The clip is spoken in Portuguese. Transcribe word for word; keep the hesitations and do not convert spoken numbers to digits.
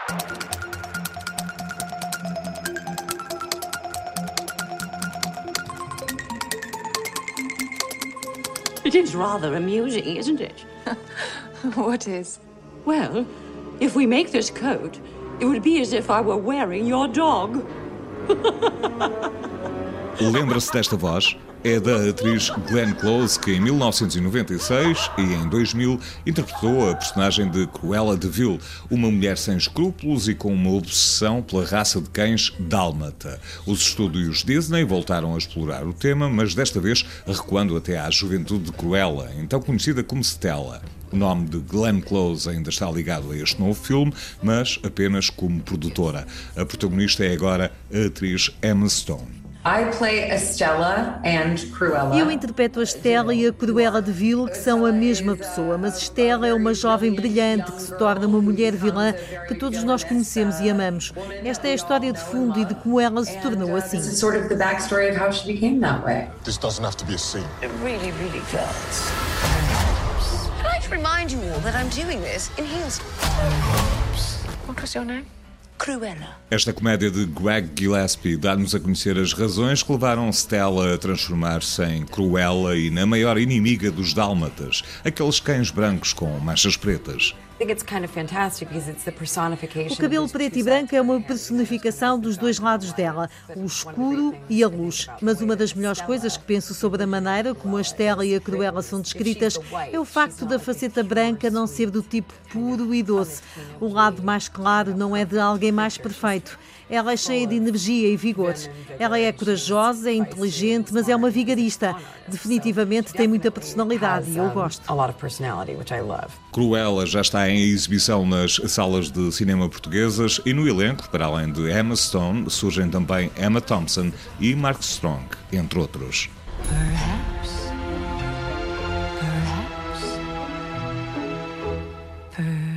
It is rather amusing, isn't it? What is? Well, if we make this coat, it would be as if I were wearing your dog. Lembra-se desta voz? É da atriz Glenn Close, que em mil novecentos e noventa e seis e em dois mil interpretou a personagem de Cruella de Vil, uma mulher sem escrúpulos e com uma obsessão pela raça de cães dálmata. Os estúdios Disney voltaram a explorar o tema, mas desta vez recuando até à juventude de Cruella, então conhecida como Stella. O nome de Glenn Close ainda está ligado a este novo filme, mas apenas como produtora. A protagonista é agora a atriz Emma Stone. I play a Stella and Cruella. Eu interpreto a Stella e a Cruella de Vil, que são a mesma pessoa, mas Stella é uma jovem brilhante que se torna uma mulher vilã que todos nós conhecemos e amamos. Esta é a história de fundo e de como ela se tornou assim. This is sort of the backstory of how she became that way. This doesn't have to be a scene. It really, really does. I'd like to remind you all that I'm doing this in heels. What was your name? Cruella. Esta comédia de Greg Gillespie dá-nos a conhecer as razões que levaram Stella a transformar-se em Cruella e na maior inimiga dos dálmatas, aqueles cães brancos com manchas pretas. O cabelo preto e branco é uma personificação dos dois lados dela, o escuro e a luz. Mas uma das melhores coisas que penso sobre a maneira como a Stella e a Cruella são descritas é o facto da faceta branca não ser do tipo puro e doce. O lado mais claro não é de alguém mais perfeito. Ela é cheia de energia e vigor. Ela é corajosa, é inteligente, mas é uma vigarista. Definitivamente tem muita personalidade e eu gosto. Cruella já está em exibição nas salas de cinema portuguesas e no elenco, para além de Emma Stone, surgem também Emma Thompson e Mark Strong, entre outros. Perhaps. Perhaps. Perhaps.